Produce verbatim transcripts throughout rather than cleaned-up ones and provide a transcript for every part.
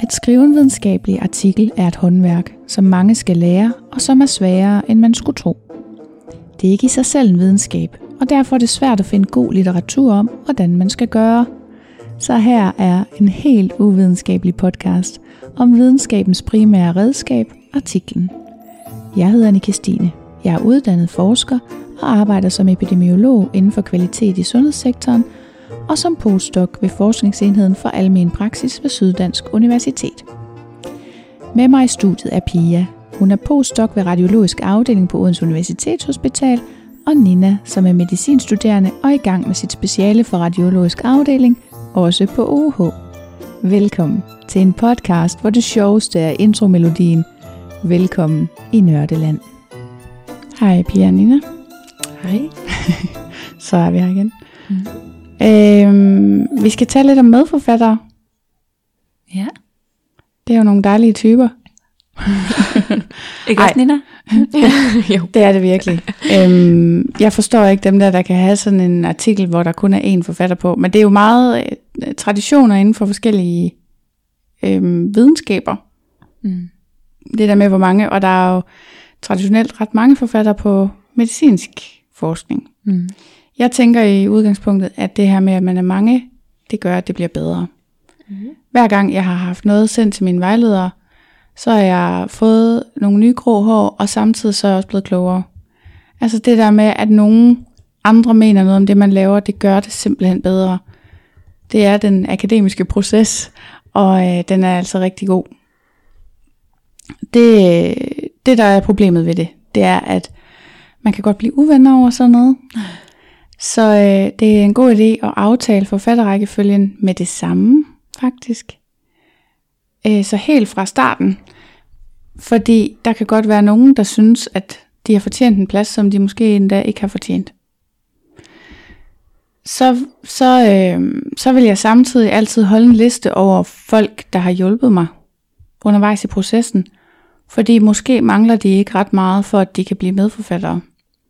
At skrive en videnskabelig artikel er et håndværk, som mange skal lære, og som er sværere, end man skulle tro. Det er ikke i sig selv en videnskab, og derfor er det svært at finde god litteratur om, hvordan man skal gøre. Så her er en helt uvidenskabelig podcast om videnskabens primære redskab, artiklen. Jeg hedder Annika Stine. Jeg er uddannet forsker og arbejder som epidemiolog inden for kvalitet i sundhedssektoren og som postdoc ved Forskningsenheden for Almen Praksis ved Syddansk Universitet. Med mig i studiet er Pia. Hun er postdoc ved radiologisk afdeling på Odense Universitetshospital, og Nina, som er medicinstuderende og i gang med sit speciale for radiologisk afdeling, også på O H. Velkommen til en podcast, hvor det sjoveste er intromelodien. Velkommen i Nørdeland. Hej Pia og Nina. Hej. Så er vi her igen. Mm. Øhm, vi skal tale lidt om medforfattere. Ja. Det er jo nogle dejlige typer. Ikke også, Nina? Jo. Det er det virkelig. øhm, jeg forstår ikke dem der, der kan have sådan en artikel, hvor der kun er én forfatter på. Men det er jo meget øh, traditioner inden for forskellige øh, videnskaber. Mm. Det der med, hvor mange. Og der er jo traditionelt ret mange forfattere på medicinsk forskning. Mm. Jeg tænker i udgangspunktet, at det her med, at man er mange, det gør, at det bliver bedre. Mm. Hver gang jeg har haft noget sendt til mine vejledere, så har jeg fået nogle nye grå hår, og samtidig så er jeg også blevet klogere. Altså det der med, at nogen andre mener noget om det, man laver, det gør det simpelthen bedre. Det er den akademiske proces, og øh, den er altså rigtig god. Det, det der er problemet ved det, det er, at man kan godt blive uvenner over sådan noget. Så øh, det er en god idé at aftale forfatterrækkefølgen med det samme, faktisk. Øh, så helt fra starten. Fordi der kan godt være nogen, der synes, at de har fortjent en plads, som de måske endda ikke har fortjent. Så, så, øh, så vil jeg samtidig altid holde en liste over folk, der har hjulpet mig undervejs i processen. Fordi måske mangler de ikke ret meget, for at de kan blive medforfattere.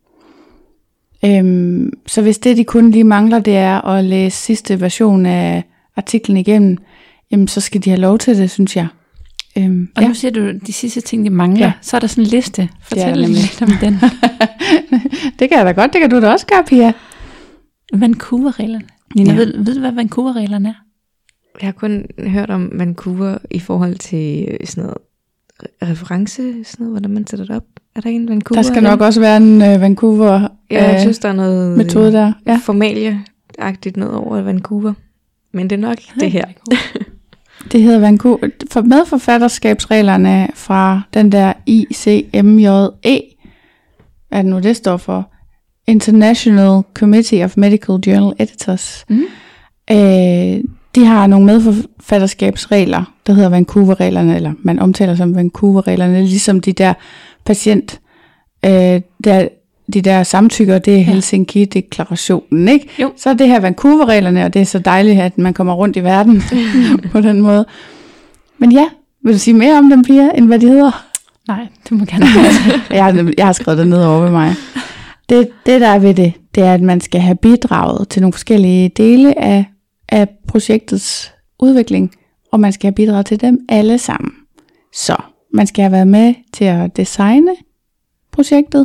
Øhm, så hvis det de kun lige mangler, det er at læse sidste version af artiklen igennem, jamen så skal de have lov til det, synes jeg. Øhm, og ja. Nu siger du de sidste ting, de mangler. Ja. Så er der sådan en liste. Fortæl lidt om den. Det kan jeg da godt, det kan du da også gøre, Pia. Vancouver-reglerne. Nina, ja. ved, ved du, hvad Vancouver-reglerne er? Jeg har kun hørt om Vancouver i forhold til sådan noget reference, sådan noget, hvordan man sætter det op. Er der ikke en Vancouver? Der skal nok også være en uh, Vancouver Ja, jeg synes, der er noget metode der. Ja. Formalie-agtigt noget over Vancouver. Men det er nok ja, det her. Det hedder Vancouver. For medforfatterskabsreglerne fra den der I C M J E, hvad er det nu det står for? International Committee of Medical Journal Editors. Mm. Øh, de har nogle medforfatterskabsregler, der hedder Vancouver-reglerne, eller man omtaler som Vancouver-reglerne, ligesom de der patient, øh, der, de der samtykker, det er Helsinki-deklarationen, ikke? Jo. Så er det her Vancouver-reglerne, og det er så dejligt, at man kommer rundt i verden på den måde. Men ja, vil du sige mere om dem, Pia, end hvad de hedder? Nej, det må gerne jeg, har, jeg har skrevet det ned over ved mig. Det, det der er ved det, det er, at man skal have bidraget til nogle forskellige dele af, af projektets udvikling, og man skal have bidraget til dem alle sammen. Så man skal have været med til at designe projektet.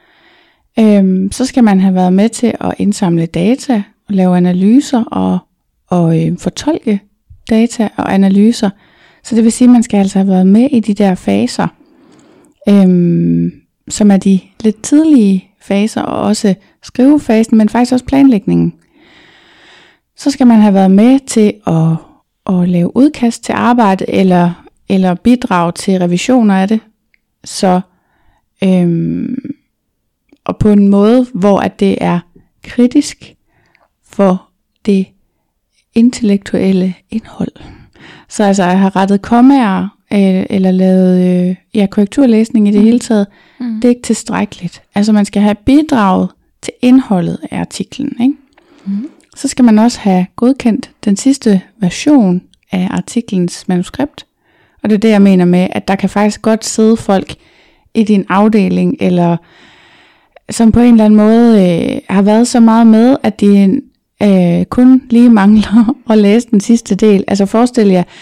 Øhm, så skal man have været med til at indsamle data, og lave analyser og, og øh, fortolke data og analyser. Så det vil sige, at man skal altså have været med i de der faser, øhm, som er de lidt tidlige faser, og også skrivefasen, men faktisk også planlægningen. Så skal man have været med til at, at lave udkast til arbejde, eller, eller bidrage til revisioner af det. Så, øhm, og på en måde, hvor at det er kritisk for det intellektuelle indhold. Så altså at have rettet kommaer, øh, eller lavet øh, ja, korrekturlæsning i det mm. hele taget, mm. det er ikke tilstrækkeligt. Altså man skal have bidraget til indholdet af artiklen, ikke? Mm. Så skal man også have godkendt den sidste version af artiklens manuskript. Og det er det, jeg mener med, at der kan faktisk godt sidde folk i din afdeling, eller som på en eller anden måde øh, har været så meget med, at de øh, kun lige mangler at læse den sidste del. Altså forestil jer,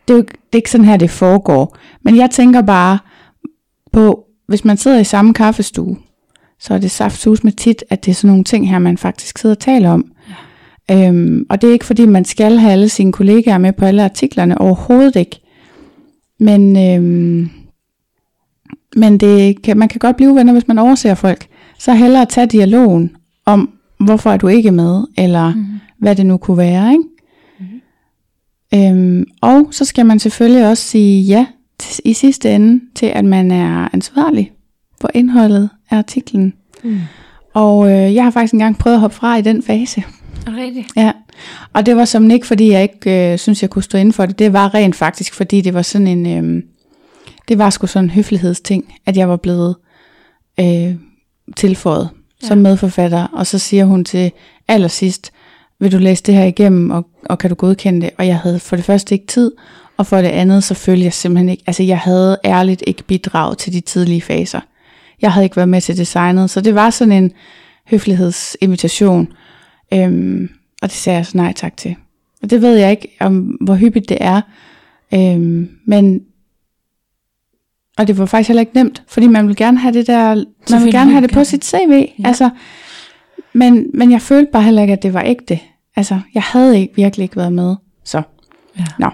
det er jo det er ikke sådan her, det foregår. Men jeg tænker bare på, hvis man sidder i samme kaffestue, så er det saftsus med tit, at det er sådan nogle ting her, man faktisk sidder og taler om. Ja. Øhm, og det er ikke fordi, man skal have alle sine kollegaer med på alle artiklerne, overhovedet ikke. Men, øhm, men det kan, man kan godt blive venner, hvis man overser folk. Så hellere tage dialogen om, hvorfor er du ikke med, eller mm. hvad det nu kunne være, ikke? Mm. Øhm, og så skal man selvfølgelig også sige ja t- i sidste ende til, at man er ansvarlig for indholdet af artiklen. Mm. Og øh, jeg har faktisk engang prøvet at hoppe fra i den fase. Rigtigt. Ja, og det var som ikke, fordi jeg ikke øh, synes, jeg kunne stå inden for det. Det var rent faktisk, fordi det var sådan en, øh, det var sgu sådan en høflighedsting, at jeg var blevet øh, tilføjet ja. som medforfatter. Og så siger hun til allersidst, vil du læse det her igennem, og, og kan du godkende det? Og jeg havde for det første ikke tid, og for det andet, så følte jeg simpelthen ikke, altså jeg havde ærligt ikke bidraget til de tidlige faser. Jeg havde ikke været med til designet, så det var sådan en høflighedsinvitation. Øhm, og det sagde jeg så nej tak til. Og det ved jeg ikke, om hvor hyppigt det er. Øhm, men, og det var faktisk heller ikke nemt, fordi man vil gerne have det der, man vil gerne have det på sit C V. Ja. Altså, men, men jeg følte bare heller ikke, at det var ægte. Altså, jeg havde ikke, virkelig ikke været med. Så, ja. Nå.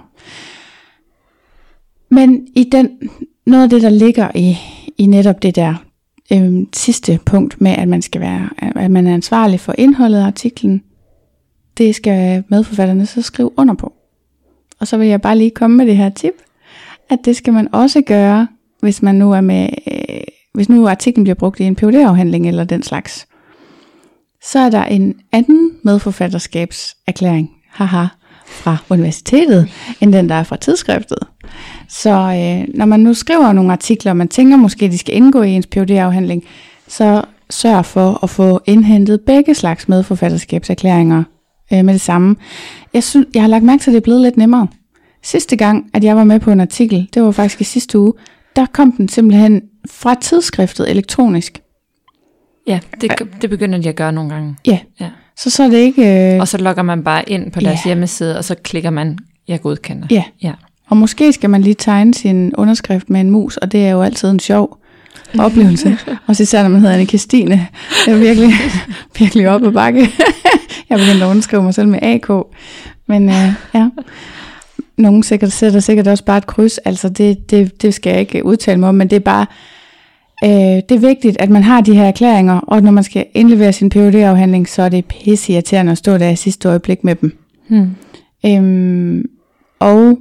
Men i den, noget af det, der ligger i, i netop det der øhm, sidste punkt med, at man skal være, at man er ansvarlig for indholdet af artiklen, det skal medforfatterne så skrive under på. Og så vil jeg bare lige komme med det her tip, at det skal man også gøre, hvis man nu er med, øh, hvis nu artiklen bliver brugt i en P H D-afhandling eller den slags. Så er der en anden medforfatterskabserklæring, haha, fra universitetet, end den der er fra tidsskriftet. Så øh, når man nu skriver nogle artikler, og man tænker måske, at de skal indgå i ens P H D-afhandling, så sørg for at få indhentet begge slags medforfatterskabserklæringer øh, med det samme. Jeg, synes, jeg har lagt mærke til, at det er blevet lidt nemmere. Sidste gang, at jeg var med på en artikel, det var faktisk i sidste uge, der kom den simpelthen fra tidsskriftet elektronisk. Ja, det, det begynder de at gøre nogle gange. Ja, ja. Så så er det ikke... Øh... Og så logger man bare ind på deres yeah. hjemmeside, og så klikker man, jeg godkender. Ja. ja, og måske skal man lige tegne sin underskrift med en mus, og det er jo altid en sjov oplevelse. Også især når man hedder Annika Stine. Det er virkelig, virkelig op ad bakke. Jeg begyndte at underskrive mig selv med A K. Men øh, ja, nogen sikkert sætter sikkert også bare et kryds. Altså det, det, det skal jeg ikke udtale mig om, men det er bare... Øh, det er vigtigt, at man har de her erklæringer, og når man skal indlevere sin P H D-afhandling, så er det pisseirriterende at stå der i sidste øjeblik med dem. Hmm. Øhm, og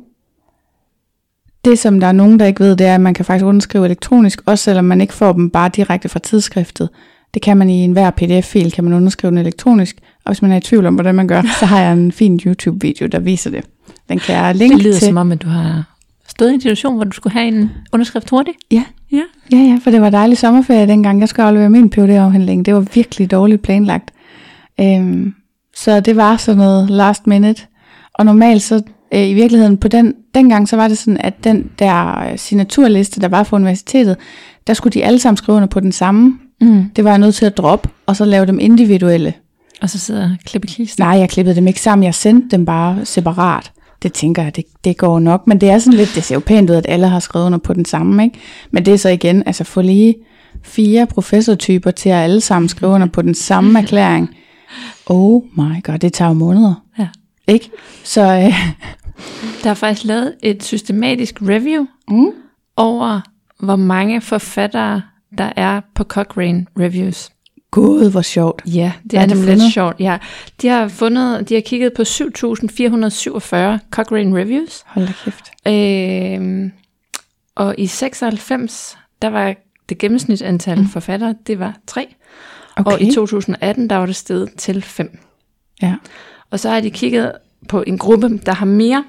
det, som der er nogen, der ikke ved, det er, at man kan faktisk underskrive elektronisk, også selvom man ikke får dem bare direkte fra tidsskriftet. Det kan man i enhver P D F-fil, kan man underskrive den elektronisk, og hvis man er i tvivl om, hvordan man gør, så har jeg en fin YouTube-video, der viser det. Den kan jeg linke til. Det lyder som om, at du har stået i en situation, hvor du skulle have en underskrift hurtigt. Ja. Ja. ja, ja, for det var dejlig sommerferie dengang, jeg skulle aflevere min P H D-afhandling. Det var virkelig dårligt planlagt. Øhm, så det var sådan noget last minute. Og normalt så øh, i virkeligheden på den dengang, så var det sådan, at den der signaturliste, der var fra universitetet, der skulle de alle sammen skrive under på den samme. Mm. Det var jeg nødt til at droppe, og så lave dem individuelle. Og så sidder og klippe klister? Nej, jeg klippede dem ikke sammen. Jeg sendte dem bare separat. Det tænker jeg, det, det går nok. Men det er sådan lidt, det ser jo pænt ud, at alle har skrevet under på den samme, ikke? Men det er så igen, altså få lige fire professortyper til at alle sammen skrive under på den samme erklæring. Oh my god, det tager jo måneder. Ja. Ikke? Så... Øh... Der er faktisk lavet et systematisk review mm. over, hvor mange forfattere, der er på Cochrane Reviews. Gud, hvor sjovt. Ja, det er, er nemlig lidt sjovt. Ja. De har fundet, de har kigget på syv tusind fire hundrede syvogfyrre Cochrane Reviews. Hold da kæft. Øh, og i seksoghalvfems, der var det gennemsnitsantal mm. forfattere, det var tre. Okay. Og i to tusind atten, der var det steget til fem. Ja. Og så har de kigget på en gruppe, der har mere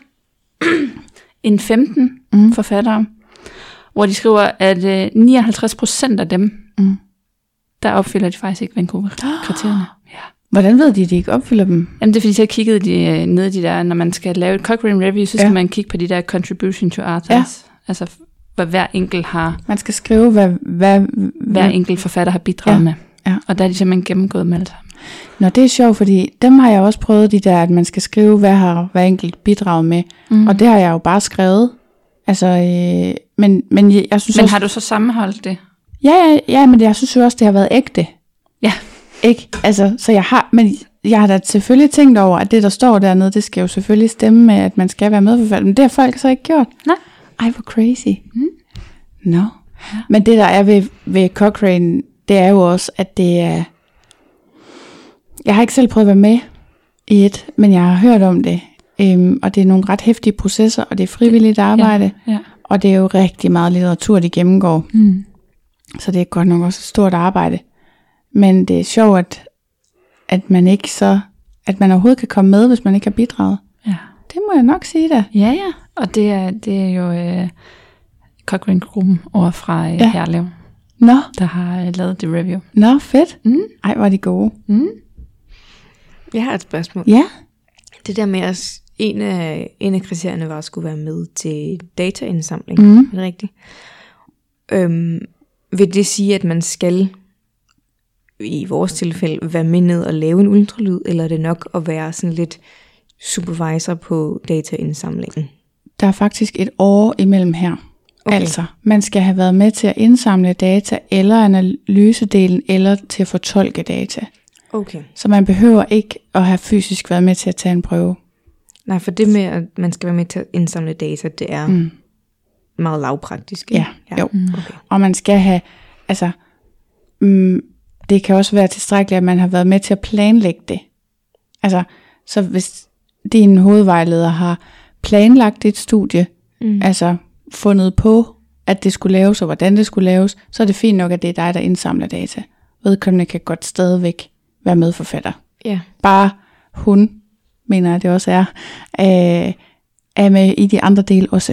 end femten mm. forfattere, hvor de skriver, at øh, nioghalvtreds procent af dem, mm. der opfylder de faktisk ikke Vancouver-kriterierne. Ja. Hvordan ved de, at de ikke opfylder dem? Jamen det er fordi, så kiggede de ned i de der, når man skal lave et Cochrane Review, så skal ja. man kigge på de der contribution to authors. Ja. Altså, hvad hver enkelt har... Man skal skrive, hvad... hvad hver enkelt forfatter har bidraget ja. med. Ja. Og der er de simpelthen gennemgået med alt sammen. Nå, det er sjovt, fordi dem har jeg også prøvet, de der, at man skal skrive, hvad har hver enkelt bidraget med. Mm. Og det har jeg jo bare skrevet. Altså, øh, men, men jeg, jeg synes Men også, har du så sammenholdt det? Ja, ja, ja, men jeg synes jo også, det har været ægte. Ja. Ikke? Altså, så jeg har, men jeg har da selvfølgelig tænkt over, at det, der står dernede, det skal jo selvfølgelig stemme med, at man skal være medforfatter. Men det har folk så ikke gjort. Nej. Ej, hvor crazy. Mm. Nå. No. Ja. Men det, der er ved, ved Cochrane, det er jo også, at det er... Jeg har ikke selv prøvet at være med i et, men jeg har hørt om det. Øhm, og det er nogle ret heftige processer, og det er frivilligt arbejde. Ja, ja. Og det er jo rigtig meget litteratur, de gennemgår. Mm. Så det er godt nok også et stort arbejde. Men det er sjovt, at, at man ikke så, at man overhovedet kan komme med, hvis man ikke har bidraget. Ja. Det må jeg nok sige da. Ja, ja. Og det er, det er jo øh, Cochrane-gruppen over fra øh, ja. Herlev, Nå. der har øh, lavet det review. Nå, fedt. Mm. Ej, hvor er de gode. Mm. Jeg har et spørgsmål. Ja. Det der med, at en af, en af kriterierne var at skulle være med til dataindsamling. Mm. Er det rigtigt? Øhm, vil det sige, at man skal, i vores tilfælde, være med ned og lave en ultralyd, eller er det nok at være sådan lidt supervisor på dataindsamlingen? Der er faktisk et år imellem her. Okay. Altså, man skal have været med til at indsamle data, eller analysedelen, eller til at fortolke data. Okay. Så man behøver ikke at have fysisk været med til at tage en prøve. Nej, for det med, at man skal være med til at indsamle data, det er mm. meget lavpraktisk. Ja, ja. Jo. Mm. Okay. Og man skal have, altså, mm, det kan også være tilstrækkeligt, at man har været med til at planlægge det. Altså, så hvis din hovedvejleder har planlagt et studie, mm. altså fundet på, at det skulle laves, og hvordan det skulle laves, så er det fint nok, at det er dig, der indsamler data. Vedkommende kan godt stadigvæk være medforfatter. Ja. Bare hun, mener jeg det også er, øh, er med i de andre dele også.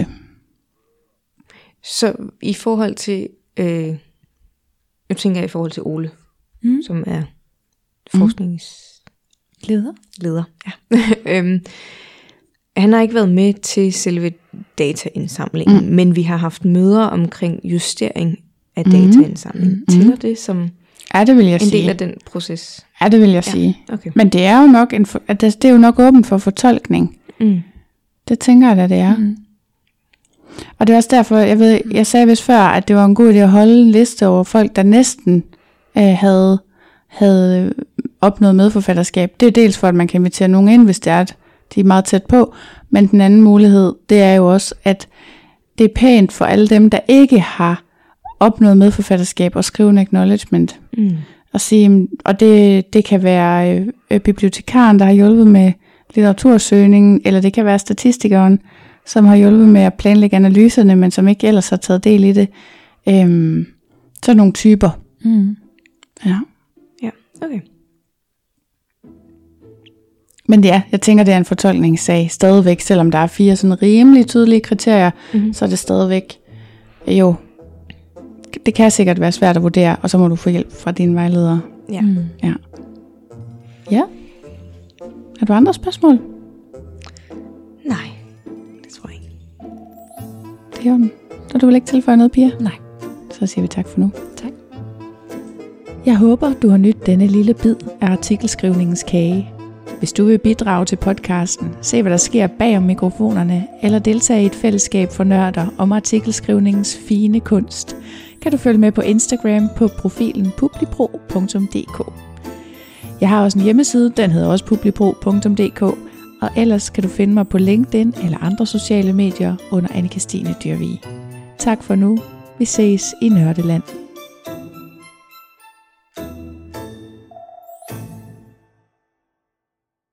Så i forhold til, øh, jeg tænker i forhold til Ole, mm. som er forskningsleder, leder, ja. øhm, han har ikke været med til selve dataindsamlingen, mm. men vi har haft møder omkring justering af mm. dataindsamling. Mm. Tæller det som ja, det vil jeg en sige. del af den proces? Ja, det vil jeg ja. sige. Okay. Men det er jo nok en for, at det er jo nok åbent for fortolkning. Mm. Det tænker jeg da, det er. Mm. Og det er også derfor, jeg ved, jeg sagde vist før, at det var en god idé at holde en liste over folk, der næsten øh, havde, havde opnået medforfatterskab. Det er dels for, at man kan invitere nogen ind, hvis det er, at de er meget tæt på. Men den anden mulighed, det er jo også, at det er pænt for alle dem, der ikke har opnået medforfatterskab og skrive en acknowledgement. Mm. Og, sige, og det, det kan være øh, bibliotekaren, der har hjulpet med litteratursøgningen, eller det kan være statistikeren, som har hjulpet med at planlægge analyserne, men som ikke ellers har taget del i det. Øhm, så nogle typer. Mm. Ja. Ja, okay. Men ja, jeg tænker, det er en fortolkningssag stadigvæk, selvom der er fire sådan rimelig tydelige kriterier, mm-hmm. så er det stadigvæk, jo, det kan sikkert være svært at vurdere, og så må du få hjælp fra dine vejledere. Ja. Mm. Ja. Ja. Har du andre spørgsmål? Nej, det tror jeg ikke. Det er jo, så du vil ikke tilføje noget, Pia? Nej. Så siger vi tak for nu. Tak. Jeg håber, du har nydt denne lille bid af artikelskrivningens kage. Hvis du vil bidrage til podcasten, se hvad der sker bag om mikrofonerne, eller deltage i et fællesskab for nørder om artikelskrivningens fine kunst, kan du følge med på Instagram på profilen publipro punktum d k. Jeg har også en hjemmeside, den hedder også publipro punktum d k, og ellers kan du finde mig på LinkedIn eller andre sociale medier under Anne-Kristine Dyrvig. Tak for nu. Vi ses i Nørdeland.